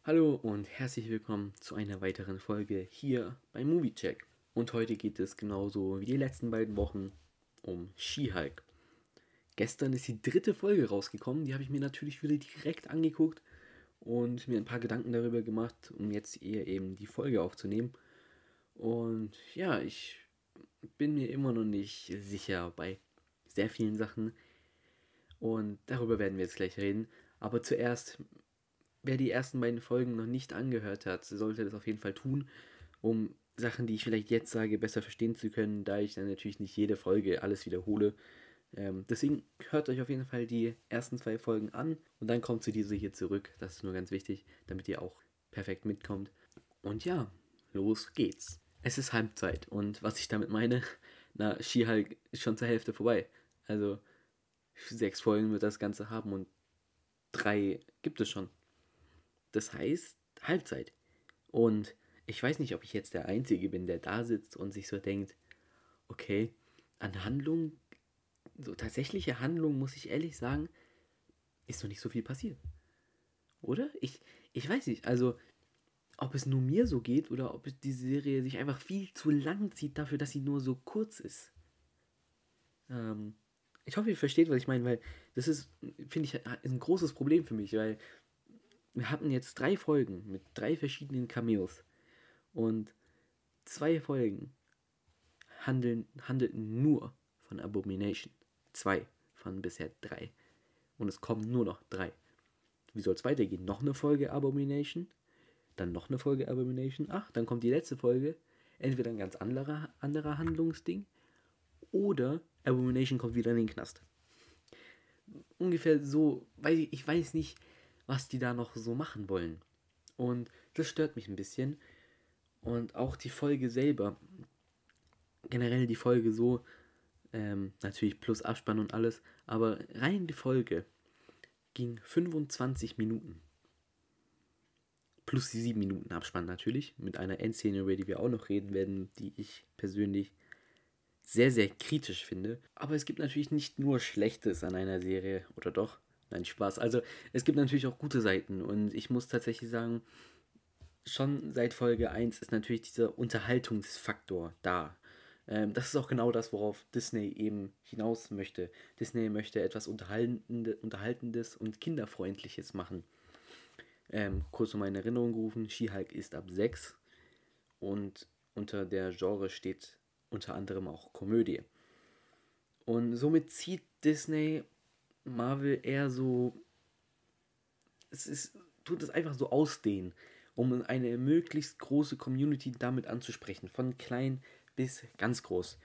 Hallo und herzlich willkommen zu einer weiteren Folge hier bei Movie Check. Und heute geht es genauso wie die letzten beiden Wochen um She-Hulk. Gestern ist die dritte Folge rausgekommen, die habe ich mir natürlich wieder direkt angeguckt und mir ein paar Gedanken darüber gemacht, um jetzt eher eben die Folge aufzunehmen. Und ja, ich bin mir immer noch nicht sicher bei sehr vielen Sachen und darüber werden wir jetzt gleich reden. Aber zuerst, wer die ersten beiden Folgen noch nicht angehört hat, sollte das auf jeden Fall tun, um Sachen, die ich vielleicht jetzt sage, besser verstehen zu können, da ich dann natürlich nicht jede Folge alles wiederhole. Deswegen hört euch auf jeden Fall die ersten zwei Folgen an und dann kommt zu dieser hier zurück. Das ist nur ganz wichtig, damit ihr auch perfekt mitkommt. Und ja, los geht's. Es ist Halbzeit und was ich damit meine, na, She-Hulk ist schon zur Hälfte vorbei. Also 6 Folgen wird das Ganze haben und 3 gibt es schon. Das heißt Halbzeit. Und ich weiß nicht, ob ich jetzt der Einzige bin, der da sitzt und sich so denkt, okay, an Handlung, so tatsächliche Handlung, muss ich ehrlich sagen, ist noch nicht so viel passiert. Oder? Ich weiß nicht, also ob es nur mir so geht oder ob diese Serie sich einfach viel zu lang zieht dafür, dass sie nur so kurz ist. Ähm, ich hoffe, ihr versteht, was ich meine, weil das ist, finde ich, ist ein großes Problem für mich, weil wir hatten jetzt 3 Folgen mit 3 verschiedenen Cameos und 2 Folgen handelten nur von Abomination. 2 von bisher 3. Und es kommen nur noch 3. Wie soll es weitergehen? Noch eine Folge Abomination? Dann noch eine Folge Abomination? Ach, dann kommt die letzte Folge. Entweder ein ganz anderer Handlungsding oder Abomination kommt wieder in den Knast. Ungefähr so, weil ich weiß nicht, was die da noch so machen wollen. Und das stört mich ein bisschen. Und auch die Folge selber, generell die Folge so, natürlich plus Abspann und alles, aber rein die Folge ging 25 Minuten. Plus die 7 Minuten Abspann natürlich, mit einer Endszene, über die wir auch noch reden werden, die ich persönlich sehr, sehr kritisch finde. Aber es gibt natürlich nicht nur Schlechtes an einer Serie, oder doch? Nein, Spaß. Also es gibt natürlich auch gute Seiten und ich muss tatsächlich sagen, schon seit Folge 1 ist natürlich dieser Unterhaltungsfaktor da. Das ist auch genau das, worauf Disney eben hinaus möchte. Disney möchte etwas Unterhaltendes und Kinderfreundliches machen. Kurz um meine Erinnerung gerufen, She-Hulk ist ab 6 und unter der Genre steht unter anderem auch Komödie. Und somit zieht Disney Marvel eher so, es ist, tut es einfach so ausdehnen, um eine möglichst große Community damit anzusprechen, von klein bis ganz groß.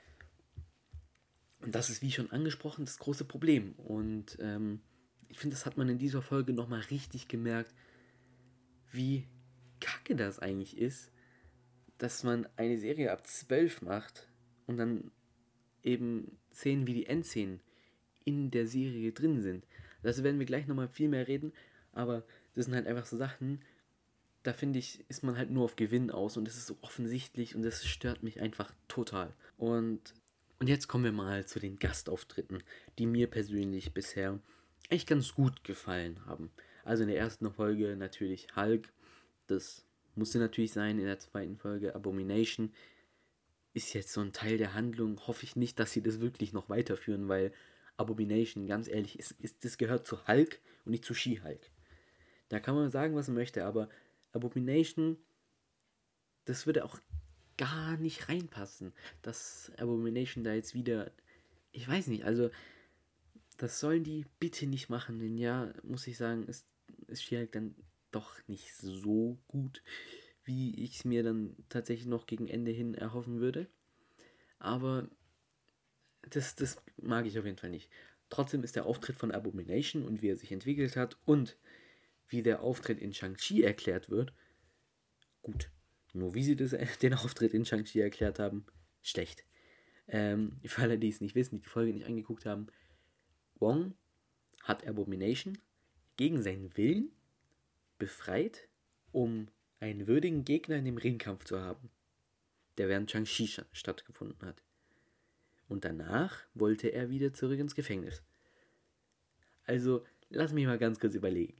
Und das ist, wie schon angesprochen, das große Problem. Und ich finde, das hat man in dieser Folge nochmal richtig gemerkt, wie kacke das eigentlich ist, dass man eine Serie ab 12 macht und dann eben Szenen wie die Endszenen in der Serie drin sind. Das werden wir gleich nochmal viel mehr reden, aber das sind halt einfach so Sachen, da finde ich, ist man halt nur auf Gewinn aus und es ist so offensichtlich und das stört mich einfach total. Und jetzt kommen wir mal zu den Gastauftritten, die mir persönlich bisher echt ganz gut gefallen haben. Also in der ersten Folge natürlich Hulk, das musste natürlich sein. In der zweiten Folge Abomination ist jetzt so ein Teil der Handlung. Hoffe ich nicht, dass sie das wirklich noch weiterführen, weil Abomination, ganz ehrlich, das gehört zu Hulk und nicht zu She-Hulk. Da kann man sagen, was man möchte, aber Abomination, das würde auch gar nicht reinpassen, dass Abomination da jetzt wieder, ich weiß nicht, also das sollen die bitte nicht machen, denn ja, muss ich sagen, ist She-Hulk dann doch nicht so gut, wie ich es mir dann tatsächlich noch gegen Ende hin erhoffen würde. Aber das mag ich auf jeden Fall nicht. Trotzdem ist der Auftritt von Abomination und wie er sich entwickelt hat und wie der Auftritt in Shang-Chi erklärt wird, gut. Nur wie sie den Auftritt in Shang-Chi erklärt haben, schlecht. Für alle, die es nicht wissen, die Folge nicht angeguckt haben, Wong hat Abomination gegen seinen Willen befreit, um einen würdigen Gegner in dem Ringkampf zu haben, der während Shang-Chi stattgefunden hat. Und danach wollte er wieder zurück ins Gefängnis. Also, lass mich mal ganz kurz überlegen.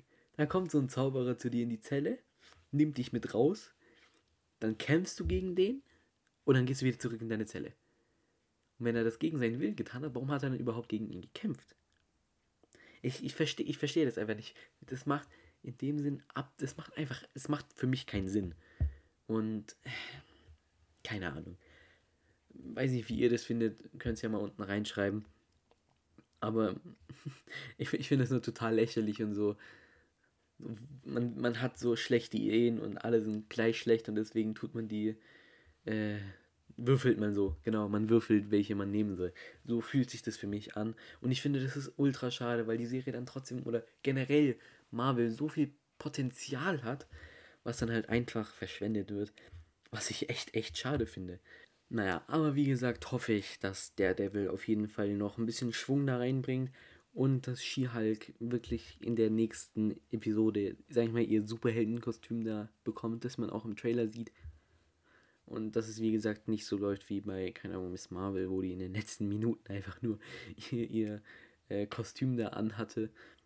Da kommt so ein Zauberer zu dir in die Zelle, nimmt dich mit raus, dann kämpfst du gegen den und dann gehst du wieder zurück in deine Zelle. Und wenn er das gegen seinen Willen getan hat, warum hat er dann überhaupt gegen ihn gekämpft? Ich versteh das einfach nicht. Das macht in dem Sinn es macht für mich keinen Sinn. Und keine Ahnung. Weiß nicht, wie ihr das findet, könnt es ja mal unten reinschreiben. Aber ich finde das nur total lächerlich und so. Man hat so schlechte Ideen und alle sind gleich schlecht und deswegen tut man die, äh, würfelt man so. Genau, man würfelt, welche man nehmen soll. So fühlt sich das für mich an. Und ich finde, das ist ultra schade, weil die Serie dann trotzdem oder generell Marvel so viel Potenzial hat, was dann halt einfach verschwendet wird. Was ich echt schade finde. Naja, aber wie gesagt, hoffe ich, dass Daredevil auf jeden Fall noch ein bisschen Schwung da reinbringt und dass She-Hulk wirklich in der nächsten Episode, sag ich mal, ihr Superheldenkostüm da bekommt, das man auch im Trailer sieht. Und dass es, wie gesagt, nicht so läuft wie bei, keine Ahnung, Miss Marvel, wo die in den letzten Minuten einfach nur ihr Kostüm da anhatte.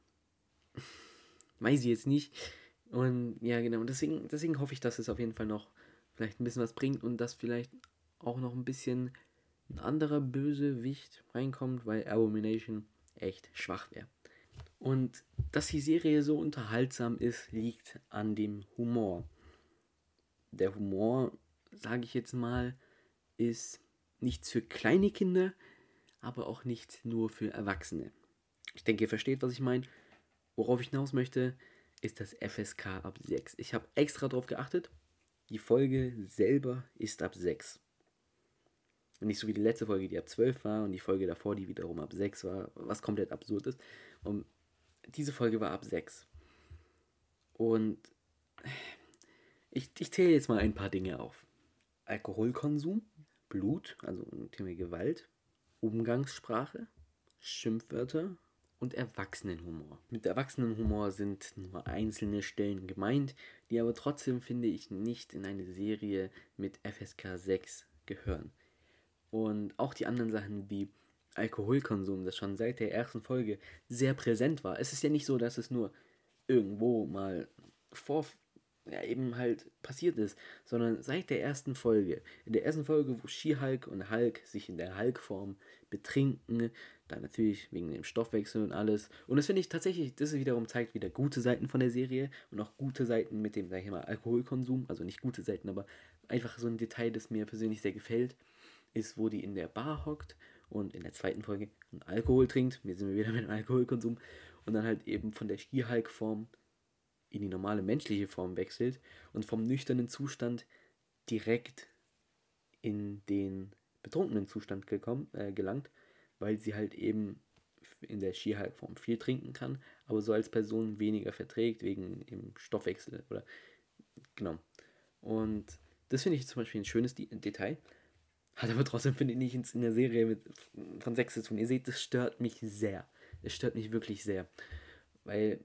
Weiß ich jetzt nicht. Und ja, genau. Und deswegen hoffe ich, dass es auf jeden Fall noch vielleicht ein bisschen was bringt und dass vielleicht auch noch ein bisschen ein anderer Bösewicht reinkommt, weil Abomination echt schwach wäre. Und dass die Serie so unterhaltsam ist, liegt an dem Humor. Der Humor, sage ich jetzt mal, ist nichts für kleine Kinder, aber auch nicht nur für Erwachsene. Ich denke, ihr versteht, was ich meine. Worauf ich hinaus möchte, ist das FSK ab 6. Ich habe extra darauf geachtet. Die Folge selber ist ab 6. Und nicht so wie die letzte Folge, die ab 12 war und die Folge davor, die wiederum ab 6 war, was komplett absurd ist. Und diese Folge war ab 6. Und ich zähle jetzt mal ein paar Dinge auf. Alkoholkonsum, Blut, also Thema Gewalt, Umgangssprache, Schimpfwörter und Erwachsenenhumor. Mit Erwachsenenhumor sind nur einzelne Stellen gemeint, die aber trotzdem, finde ich, nicht in eine Serie mit FSK 6 gehören. Und auch die anderen Sachen wie Alkoholkonsum, das schon seit der ersten Folge sehr präsent war. Es ist ja nicht so, dass es nur irgendwo mal eben halt passiert ist, sondern seit der ersten Folge. In der ersten Folge, wo She-Hulk und Hulk sich in der Hulk-Form betrinken, dann natürlich wegen dem Stoffwechsel und alles. Und das finde ich tatsächlich, das wiederum zeigt wieder gute Seiten von der Serie und auch gute Seiten mit dem, sag ich mal, Alkoholkonsum. Also nicht gute Seiten, aber einfach so ein Detail, das mir persönlich sehr gefällt, ist, wo die in der Bar hockt und in der zweiten Folge einen Alkohol trinkt. Hier sind wir wieder mit dem Alkoholkonsum. Und dann halt eben von der She-Hulk-Form in die normale menschliche Form wechselt und vom nüchternen Zustand direkt in den betrunkenen Zustand gelangt, weil sie halt eben in der She-Hulk-Form viel trinken kann, aber so als Person weniger verträgt wegen dem Stoffwechsel oder genau. Und das finde ich zum Beispiel ein schönes Detail. Hat aber trotzdem, finde ich, nichts in der Serie von 6 zu tun. Ihr seht, das stört mich sehr. Es stört mich wirklich sehr. Weil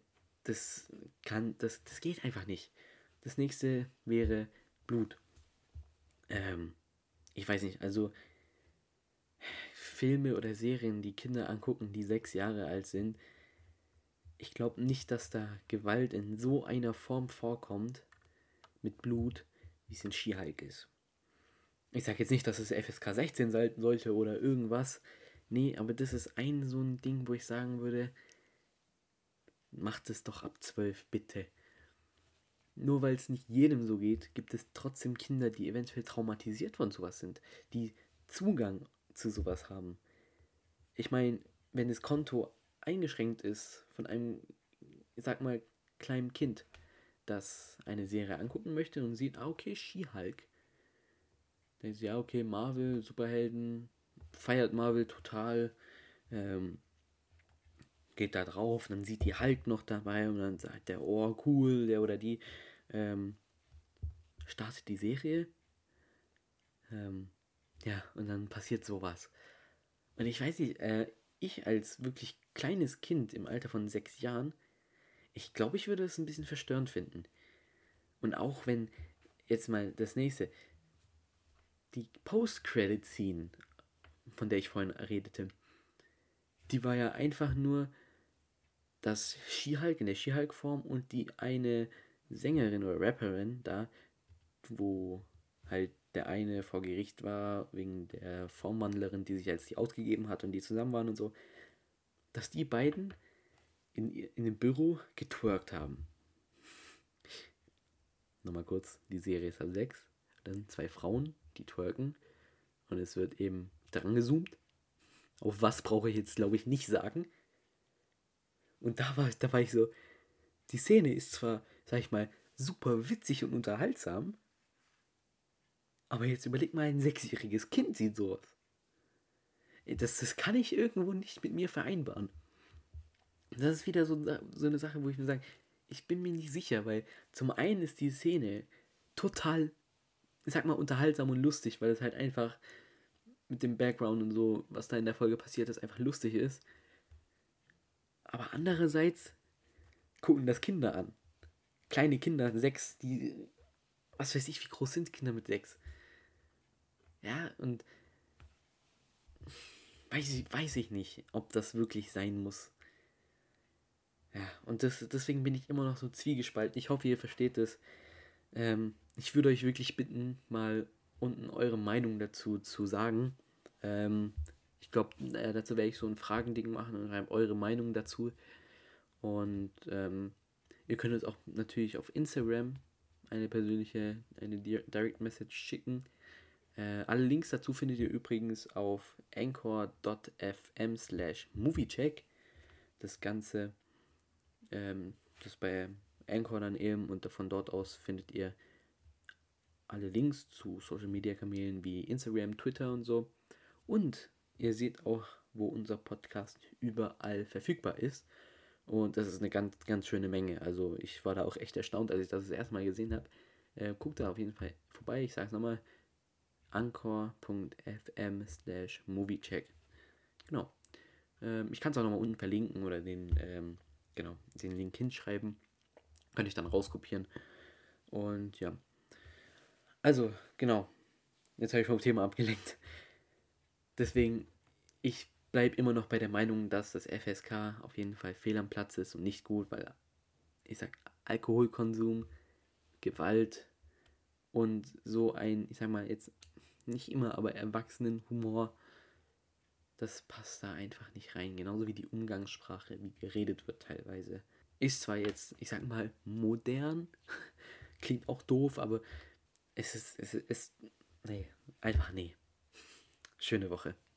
das geht einfach nicht. Das nächste wäre Blut. Ähm, ich weiß nicht, also Filme oder Serien, die Kinder angucken, die 6 Jahre alt sind, ich glaube nicht, dass da Gewalt in so einer Form vorkommt mit Blut, wie es in She-Hulk ist. Ich sage jetzt nicht, dass es FSK 16 sein sollte oder irgendwas. Nee, aber das ist so ein Ding, wo ich sagen würde, macht es doch ab 12, bitte. Nur weil es nicht jedem so geht, gibt es trotzdem Kinder, die eventuell traumatisiert von sowas sind, die Zugang zu sowas haben. Ich meine, wenn das Konto eingeschränkt ist von einem, ich sag mal, kleinen Kind, das eine Serie angucken möchte und sieht, okay, She-Hulk, denkt sich, ja, okay, Marvel, Superhelden, feiert Marvel total, ähm, geht da drauf, dann sieht die Hulk noch dabei und dann sagt der, oh, cool, der oder die, ähm, startet die Serie. Ähm, ja, und dann passiert sowas. Und ich weiß nicht, ich als wirklich kleines Kind im Alter von 6 Jahren, ich glaube, ich würde es ein bisschen verstörend finden. Und auch wenn, jetzt mal das nächste, die Post-Credit-Scene, von der ich vorhin redete, die war ja einfach nur dass She-Hulk in der She-Hulk-Form und die eine Sängerin oder Rapperin da, wo halt der eine vor Gericht war wegen der Formwandlerin, die sich als die ausgegeben hat und die zusammen waren und so, dass die beiden in dem Büro getwerkt haben. Nochmal kurz, die Serie ist ab 6, dann 2 Frauen, die twerken und es wird eben daran gezoomt. Auf was brauche ich jetzt, glaube ich, nicht sagen. Und da war ich so, die Szene ist zwar, sag ich mal, super witzig und unterhaltsam, aber jetzt überleg mal, ein 6-jähriges Kind sieht sowas. Das kann ich irgendwo nicht mit mir vereinbaren. Das ist wieder so eine Sache, wo ich mir sage, ich bin mir nicht sicher, weil zum einen ist die Szene total, ich sag mal, unterhaltsam und lustig, weil es halt einfach mit dem Background und so, was da in der Folge passiert ist, einfach lustig ist. Aber andererseits gucken das Kinder an. Kleine Kinder, 6, die, was weiß ich, wie groß sind Kinder mit 6? Ja, und weiß ich nicht, ob das wirklich sein muss. Ja, und deswegen bin ich immer noch so zwiegespalten. Ich hoffe, ihr versteht es. Ich würde euch wirklich bitten, mal unten eure Meinung dazu zu sagen. Ich glaube, dazu werde ich so ein Fragending machen und schreibe eure Meinung dazu. Und ihr könnt uns auch natürlich auf Instagram eine Direct Message schicken. Alle Links dazu findet ihr übrigens auf anchor.fm/moviecheck. Das Ganze, das bei Anchor dann eben, und von dort aus findet ihr alle Links zu Social Media Kanälen wie Instagram, Twitter und so. Und ihr seht auch, wo unser Podcast überall verfügbar ist. Und das ist eine ganz, ganz schöne Menge. Also ich war da auch echt erstaunt, als ich das erste Mal gesehen habe. Guckt da auf jeden Fall vorbei. Ich sage es nochmal. anchor.fm/moviecheck. Genau. Ich kann es auch nochmal unten verlinken oder den Link hinschreiben. Könnte ich dann rauskopieren. Und ja. Also, genau. Jetzt habe ich vom Thema abgelenkt. Deswegen, ich bleibe immer noch bei der Meinung, dass das FSK auf jeden Fall fehl am Platz ist und nicht gut, weil ich sag, Alkoholkonsum, Gewalt und so ein, ich sag mal jetzt nicht immer, aber Erwachsenenhumor, das passt da einfach nicht rein. Genauso wie die Umgangssprache, wie geredet wird teilweise. Ist zwar jetzt, ich sag mal, modern, klingt auch doof, aber es ist, nee, einfach nee. Schöne Woche.